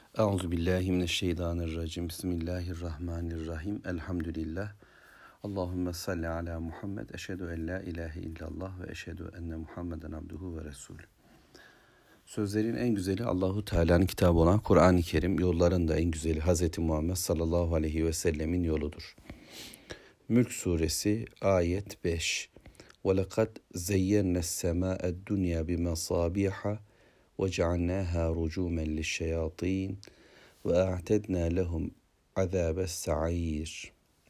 Euzubillahimineşşeytanirracim. Bismillahirrahmanirrahim. Elhamdülillah. Allahümme salli ala Muhammed. Eşhedü en la ilahe illallah ve eşhedü enne Muhammeden abduhu ve resulü. Sözlerin en güzeli Allahu Teala'nın kitabı olan Kur'an-ı Kerim, yolların da en güzeli Hz. Muhammed sallallahu aleyhi ve sellemin yoludur. Mülk suresi ayet 5. وَلَقَدْ زَيَّنَّ السَّمَاءَ الدُّنْيَا بِمَصَابِيحَ وَجَعَلْنَاهَا رُجُومًا لِلشَّيَاطِينِ وَاَعْتَدْنَا لَهُمْ عَذَابَ السَّعِيرِ.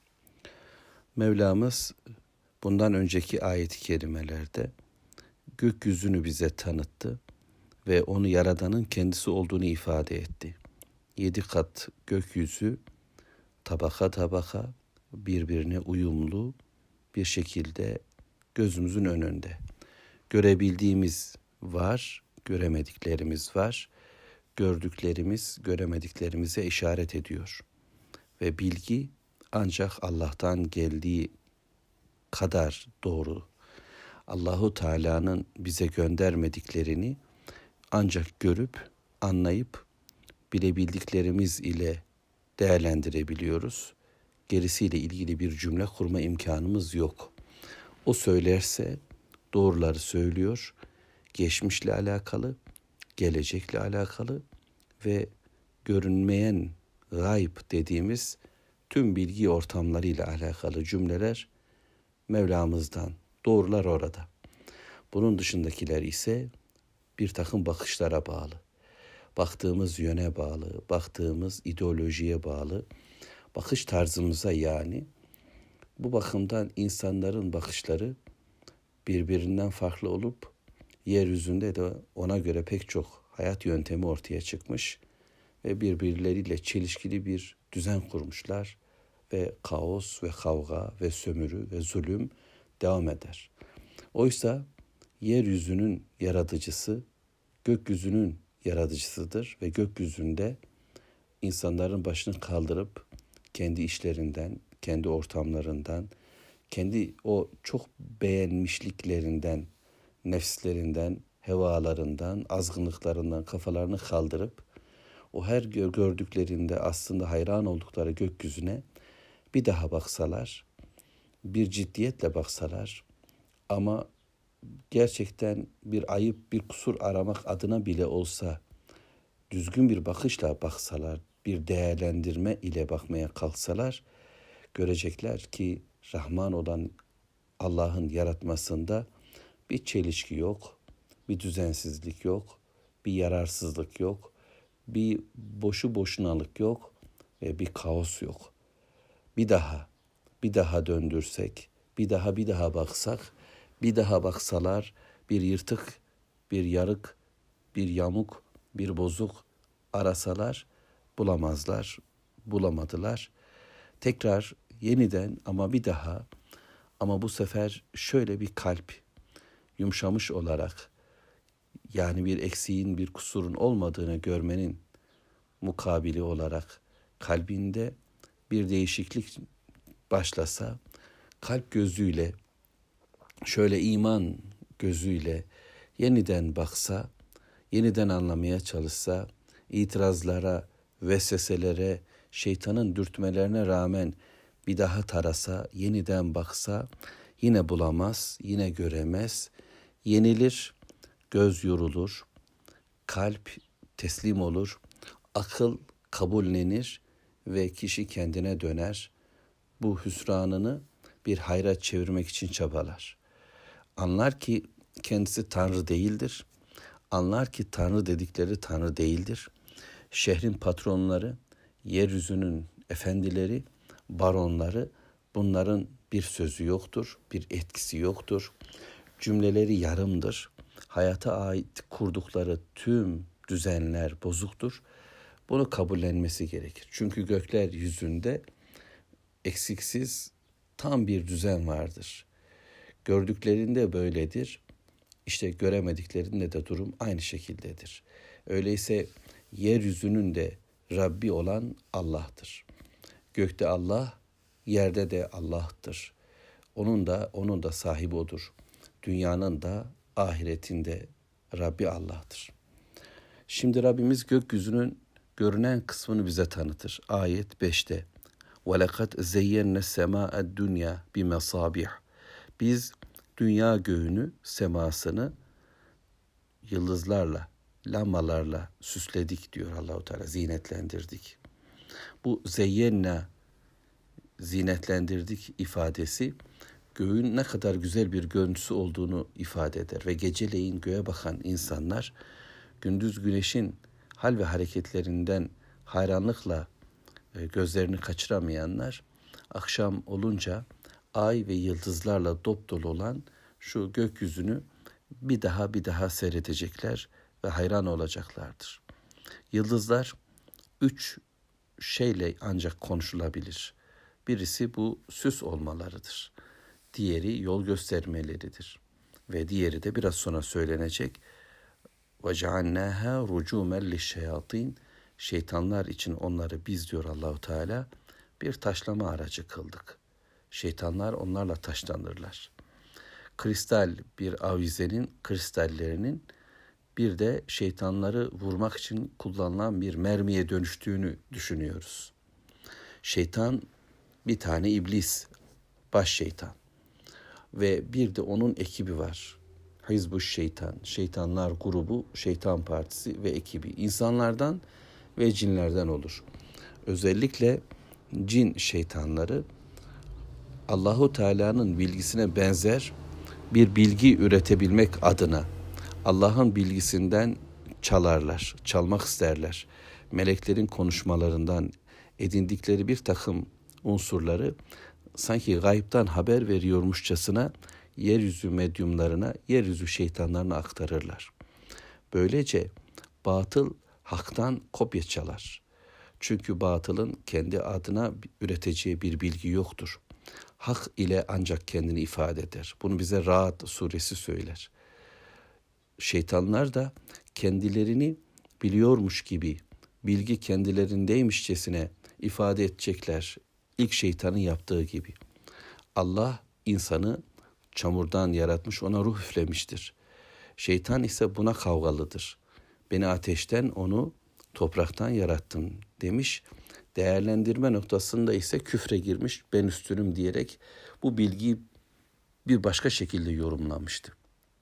Mevlamız bundan önceki ayet-i kerimelerde gökyüzünü bize tanıttı ve onu yaradanın kendisi olduğunu ifade etti. 7 kat gökyüzü tabaka tabaka birbirine uyumlu bir şekilde gözümüzün önünde. Görebildiğimiz var, göremediklerimiz var. Gördüklerimiz göremediklerimize işaret ediyor. Ve bilgi ancak Allah'tan geldiği kadar doğru. Allahu Teala'nın bize göndermediklerini ancak görüp, anlayıp, bilebildiklerimiz ile değerlendirebiliyoruz. Gerisiyle ilgili bir cümle kurma imkanımız yok. O söylerse doğruları söylüyor, geçmişle alakalı, gelecekle alakalı ve görünmeyen gayb dediğimiz tüm bilgi ortamlarıyla alakalı cümleler Mevlamızdan, doğrular orada. Bunun dışındakiler ise bir takım bakışlara bağlı, baktığımız yöne bağlı, baktığımız ideolojiye bağlı, bakış tarzımıza yani. Bu bakımdan insanların bakışları birbirinden farklı olup yeryüzünde de ona göre pek çok hayat yöntemi ortaya çıkmış ve birbirleriyle çelişkili bir düzen kurmuşlar ve kaos ve kavga ve sömürü ve zulüm devam eder. Oysa yeryüzünün yaratıcısı gökyüzünün yaratıcısıdır ve gökyüzünde insanların başını kaldırıp kendi işlerinden, kendi ortamlarından, kendi o çok beğenmişliklerinden, nefslerinden, hevalarından, azgınlıklarından kafalarını kaldırıp o her gördüklerinde aslında hayran oldukları gökyüzüne bir daha baksalar, bir ciddiyetle baksalar ama gerçekten bir ayıp, bir kusur aramak adına bile olsa düzgün bir bakışla baksalar, bir değerlendirme ile bakmaya kalksalar, görecekler ki Rahman olan Allah'ın yaratmasında bir çelişki yok, bir düzensizlik yok, bir yararsızlık yok, bir boşu boşunalık yok ve bir kaos yok. Bir daha döndürsek, bir daha baksak, bir daha baksalar bir yırtık, bir yarık, bir yamuk, bir bozuk arasalar bulamazlar, bulamadılar. Tekrar yeniden ama bir daha ama bu sefer şöyle bir kalp yumuşamış olarak yani bir eksiğin bir kusurun olmadığını görmenin mukabili olarak kalbinde bir değişiklik başlasa kalp gözüyle şöyle iman gözüyle yeniden baksa, yeniden anlamaya çalışsa, itirazlara, vesveselere, şeytanın dürtmelerine rağmen bir daha tarasa, yeniden baksa, yine bulamaz, yine göremez, yenilir, göz yorulur, kalp teslim olur, akıl kabullenir ve kişi kendine döner. Bu hüsranını bir hayra çevirmek için çabalar. Anlar ki kendisi Tanrı değildir. Anlar ki Tanrı dedikleri Tanrı değildir. Şehrin patronları, yeryüzünün efendileri, baronları bunların bir sözü yoktur, bir etkisi yoktur. Cümleleri yarımdır. Hayata ait kurdukları tüm düzenler bozuktur. Bunu kabullenmesi gerekir. Çünkü gökler yüzünde eksiksiz tam bir düzen vardır. Gördüklerinde böyledir. İşte göremediklerinde de durum aynı şekildedir. Öyleyse yeryüzünün de Rabbi olan Allah'tır. Gökte Allah, yerde de Allah'tır. Onun da sahibi odur. Dünyanın da ahiretinde Rabbi Allah'tır. Şimdi Rabbimiz gökyüzünün görünen kısmını bize tanıtır. Ayet 5'te. وَلَقَدْ زَيَّنَّ السَّمَاءَ الدُّنْيَا بِمَصَابِحِ Biz dünya göğünü, semasını yıldızlarla, lambalarla süsledik diyor Allah-u Teala, zinetlendirdik. Bu zeyyenna, zinetlendirdik ifadesi göğün ne kadar güzel bir görüntüsü olduğunu ifade eder. Ve geceleyin göğe bakan insanlar gündüz güneşin hal ve hareketlerinden hayranlıkla gözlerini kaçıramayanlar akşam olunca ay ve yıldızlarla dopdolu olan şu gökyüzünü bir daha seyredecekler ve hayran olacaklardır. Yıldızlar 3 şeyle ancak konuşulabilir. Birisi bu süs olmalarıdır. Diğeri yol göstermeleridir. Ve diğeri de biraz sonra söylenecek. وَجَعَلْنَاهَا رُجُومًا لِلشَّيَاطِينَ Şeytanlar için onları biz diyor Allah-u Teala bir taşlama aracı kıldık. Şeytanlar onlarla taşlanırlar. Kristal bir avizenin kristallerinin bir de şeytanları vurmak için kullanılan bir mermiye dönüştüğünü düşünüyoruz. Şeytan bir tane iblis, baş şeytan ve bir de onun ekibi var. Hizbuş Şeytan, şeytanlar grubu, şeytan partisi ve ekibi insanlardan ve cinlerden olur. Özellikle cin şeytanları Allahu Teala'nın bilgisine benzer bir bilgi üretebilmek adına Allah'ın bilgisinden çalarlar, çalmak isterler. Meleklerin konuşmalarından edindikleri bir takım unsurları sanki gaybtan haber veriyormuşçasına yeryüzü medyumlarına, yeryüzü şeytanlarına aktarırlar. Böylece batıl haktan kopya çalar. Çünkü batılın kendi adına üreteceği bir bilgi yoktur. Hak ile ancak kendini ifade eder. Bunu bize Ra'd suresi söyler. Şeytanlar da kendilerini biliyormuş gibi, bilgi kendilerindeymişçesine ifade edecekler. İlk şeytanın yaptığı gibi. Allah insanı çamurdan yaratmış, ona ruh üflemiştir. Şeytan ise buna kavgalıdır. Beni ateşten, onu topraktan yarattım demiş. Değerlendirme noktasında ise küfre girmiş, ben üstünüm diyerek bu bilgiyi bir başka şekilde yorumlamıştı.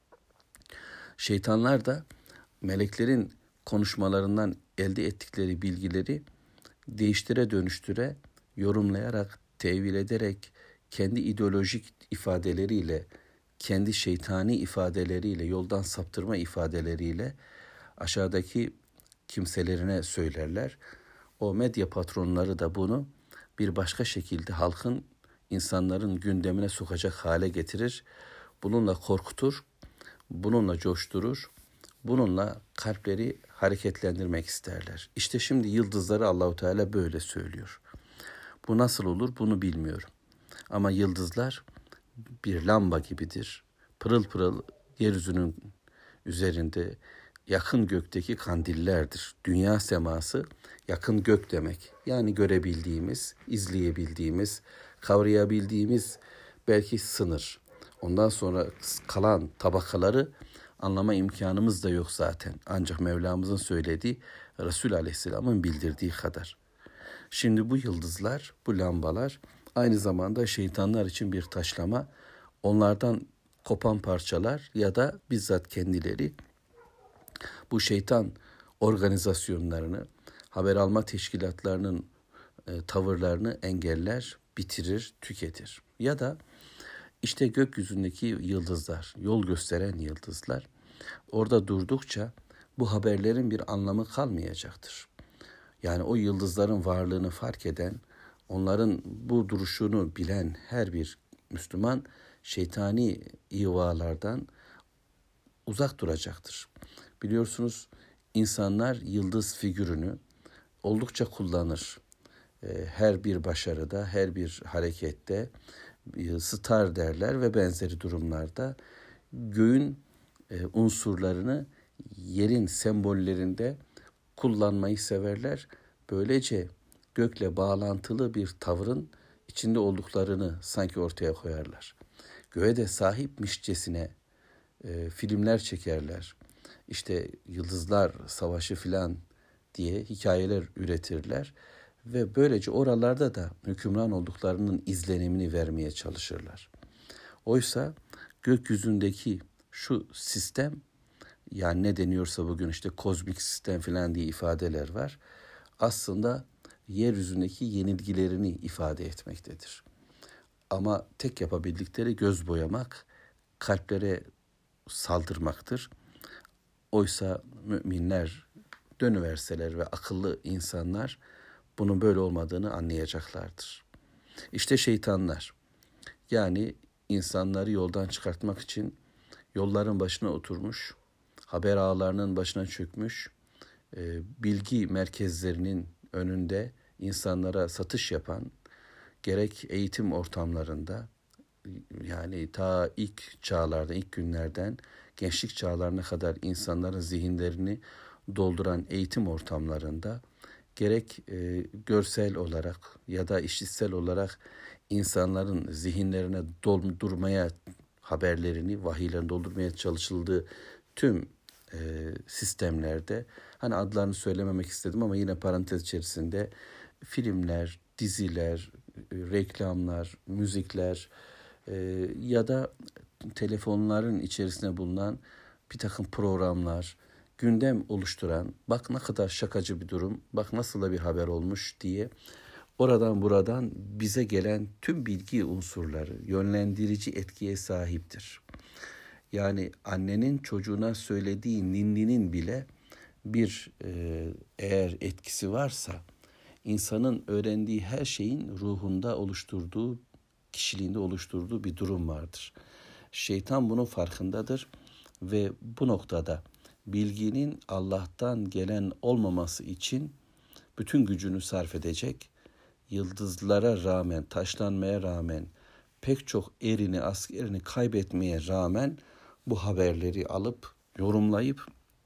Şeytanlar da meleklerin konuşmalarından elde ettikleri bilgileri değiştire dönüştüre, yorumlayarak, tevil ederek, kendi ideolojik ifadeleriyle, kendi şeytani ifadeleriyle, yoldan saptırma ifadeleriyle aşağıdaki kimselerine söylerler. O medya patronları da bunu bir başka şekilde halkın, insanların gündemine sokacak hale getirir. Bununla korkutur, bununla coşturur, bununla kalpleri hareketlendirmek isterler. İşte şimdi yıldızları Allahu Teala böyle söylüyor. Bu nasıl olur bunu bilmiyorum. Ama yıldızlar bir lamba gibidir. Pırıl pırıl yeryüzünün üzerinde yakın gökteki kandillerdir. Dünya seması yakın gök demek. Yani görebildiğimiz, izleyebildiğimiz, kavrayabildiğimiz belki sınır. Ondan sonra kalan tabakaları anlama imkanımız da yok zaten. Ancak Mevlamızın söylediği, Resul Aleyhisselam'ın bildirdiği kadar. Şimdi bu yıldızlar, bu lambalar aynı zamanda şeytanlar için bir taşlama, onlardan kopan parçalar ya da bizzat kendileri bu şeytan organizasyonlarını, haber alma teşkilatlarının tavırlarını engeller, bitirir, tüketir. Ya da işte gökyüzündeki yıldızlar, yol gösteren yıldızlar orada durdukça bu haberlerin bir anlamı kalmayacaktır. Yani o yıldızların varlığını fark eden, onların bu duruşunu bilen her bir Müslüman şeytani ihvalardan uzak duracaktır. Biliyorsunuz insanlar yıldız figürünü oldukça kullanır. Her bir başarıda, her bir harekette star derler ve benzeri durumlarda göğün unsurlarını yerin sembollerinde kullanmayı severler. Böylece gökle bağlantılı bir tavrın içinde olduklarını sanki ortaya koyarlar. Göğe de sahipmişçesine filmler çekerler. İşte Yıldızlar Savaşı filan diye hikayeler üretirler ve böylece oralarda da hükümran olduklarının izlenimini vermeye çalışırlar. Oysa gökyüzündeki şu sistem, yani ne deniyorsa bugün işte kozmik sistem falan diye ifadeler var, aslında yeryüzündeki yenilgilerini ifade etmektedir. Ama tek yapabildikleri göz boyamak, kalplere saldırmaktır. Oysa müminler dönüverseler ve akıllı insanlar bunun böyle olmadığını anlayacaklardır. İşte şeytanlar, yani insanları yoldan çıkartmak için yolların başına oturmuş, haber ağlarının başına çökmüş, bilgi merkezlerinin önünde insanlara satış yapan, gerek eğitim ortamlarında, yani ta ilk çağlardan, ilk günlerden gençlik çağlarına kadar insanların zihinlerini dolduran eğitim ortamlarında, gerek görsel olarak ya da işitsel olarak insanların zihinlerine doldurmaya, haberlerini, vahiylerini doldurmaya çalışıldığı tüm sistemlerde, hani adlarını söylememek istedim ama yine parantez içerisinde filmler, diziler, reklamlar, müzikler ya da telefonların içerisinde bulunan bir takım programlar, gündem oluşturan, bak ne kadar şakacı bir durum, bak nasıl da bir haber olmuş diye oradan buradan bize gelen tüm bilgi unsurları yönlendirici etkiye sahiptir. Yani annenin çocuğuna söylediği ninninin bile bir eğer etkisi varsa, insanın öğrendiği her şeyin ruhunda oluşturduğu, kişiliğinde oluşturduğu bir durum vardır. Şeytan bunun farkındadır ve bu noktada bilginin Allah'tan gelen olmaması için bütün gücünü sarf edecek, yıldızlara rağmen, taşlanmaya rağmen, pek çok erini, askerini kaybetmeye rağmen bu haberleri alıp, yorumlayıp,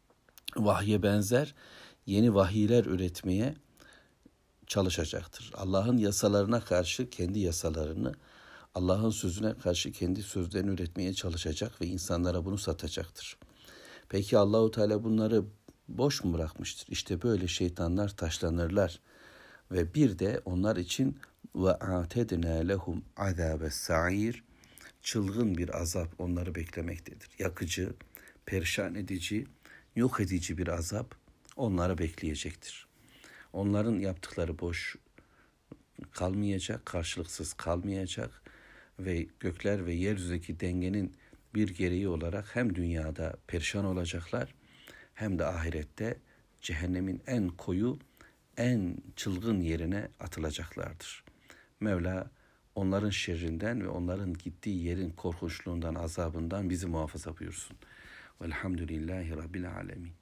vahye benzer yeni vahiyler üretmeye çalışacaktır. Allah'ın yasalarına karşı kendi yasalarını, Allah'ın sözüne karşı kendi sözlerini üretmeye çalışacak ve insanlara bunu satacaktır. Peki Allahu Teala bunları boş mu bırakmıştır? İşte böyle şeytanlar taşlanırlar ve bir de onlar için ve atedna lehum azabes sair, çılgın bir azap onları beklemektedir. Yakıcı, perişan edici, yok edici bir azap onları bekleyecektir. Onların yaptıkları boş kalmayacak, karşılıksız kalmayacak ve gökler ve yeryüzündeki dengenin bir gereği olarak hem dünyada perişan olacaklar hem de ahirette cehennemin en koyu, en çılgın yerine atılacaklardır. Mevla onların şerrinden ve onların gittiği yerin korkunçluğundan, azabından bizi muhafaza buyursun. Velhamdülillahi Rabbil alemin.